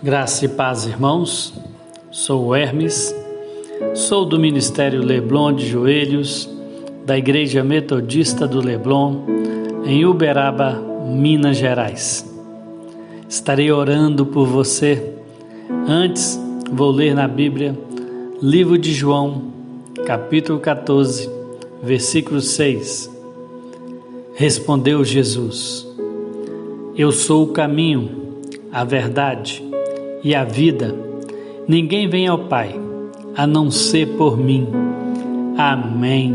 Graça e paz, irmãos. Sou o Hermes, sou do Ministério Leblon de Joelhos, da Igreja Metodista do Leblon, em Uberaba, Minas Gerais. Estarei orando por você. Antes, vou ler na Bíblia, livro de João, capítulo 14, versículo 6. Respondeu Jesus: Eu sou o caminho, a verdade e a vida. Ninguém vem ao Pai, a não ser por mim. Amém.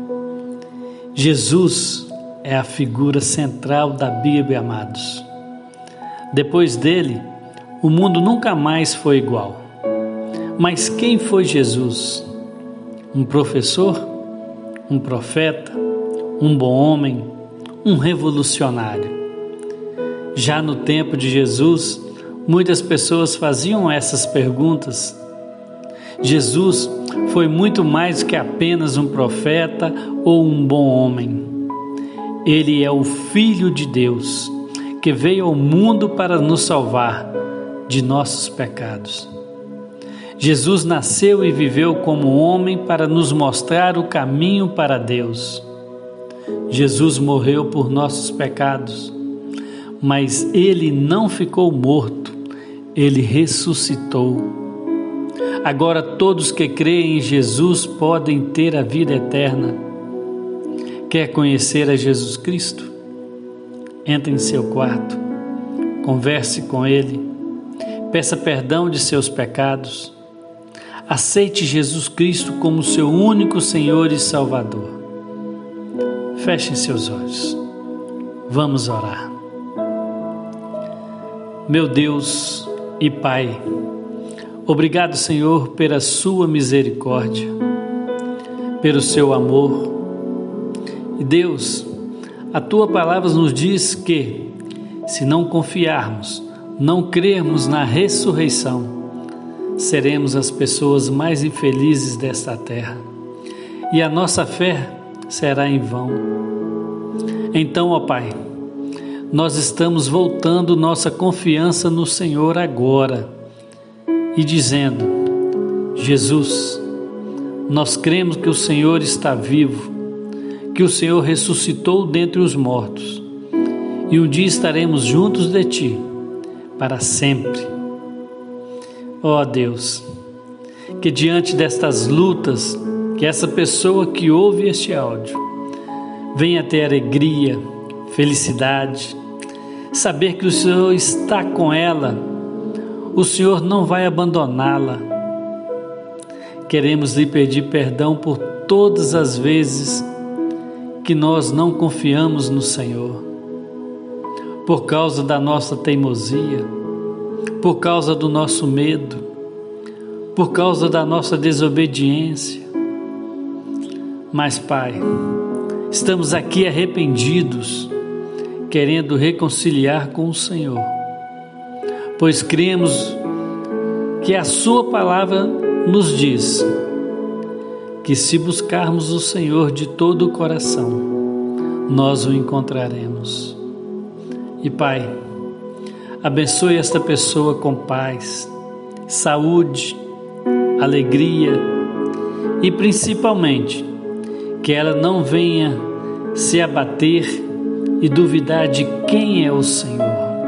Jesus é a figura central da Bíblia, amados. Depois dele, o mundo nunca mais foi igual. Mas quem foi Jesus? Um professor? Um profeta? Um bom homem? Um revolucionário? Já no tempo de Jesus, muitas pessoas faziam essas perguntas. Jesus foi muito mais que apenas um profeta ou um bom homem. Ele é o Filho de Deus, que veio ao mundo para nos salvar de nossos pecados. Jesus nasceu e viveu como homem para nos mostrar o caminho para Deus. Jesus morreu por nossos pecados, mas ele não ficou morto. Ele ressuscitou. Agora todos que creem em Jesus podem ter a vida eterna. Quer conhecer a Jesus Cristo? Entre em seu quarto, converse com Ele, peça perdão de seus pecados, aceite Jesus Cristo como seu único Senhor e Salvador. Fechem seus olhos. Vamos orar. Meu Deus e Pai, obrigado, Senhor, pela sua misericórdia, pelo seu amor. E Deus, a tua palavra nos diz que, se não confiarmos, não crermos na ressurreição, seremos as pessoas mais infelizes desta terra, e a nossa fé será em vão. Então, ó Pai, nós estamos voltando nossa confiança no Senhor agora e dizendo: Jesus, nós cremos que o Senhor está vivo, que o Senhor ressuscitou dentre os mortos e um dia estaremos juntos de Ti para sempre. Ó Deus, que diante destas lutas, que essa pessoa que ouve este áudio venha ter alegria, felicidade, saber que o Senhor está com ela, o Senhor não vai abandoná-la. Queremos lhe pedir perdão por todas as vezes que nós não confiamos no Senhor, por causa da nossa teimosia, por causa do nosso medo, por causa da nossa desobediência. Mas, Pai, estamos aqui arrependidos, querendo reconciliar com o Senhor, pois cremos que a sua palavra nos diz que se buscarmos o Senhor de todo o coração, nós o encontraremos. E Pai, abençoe esta pessoa com paz, saúde, alegria e principalmente que ela não venha se abater e duvidar de quem é o Senhor.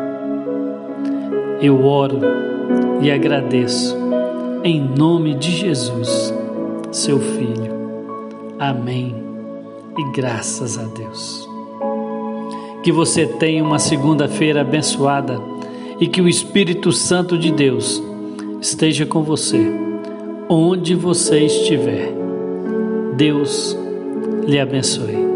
Eu oro e agradeço em nome de Jesus, seu Filho. Amém. E graças a Deus. Que você tenha uma segunda-feira abençoada e que o Espírito Santo de Deus esteja com você, onde você estiver. Deus lhe abençoe.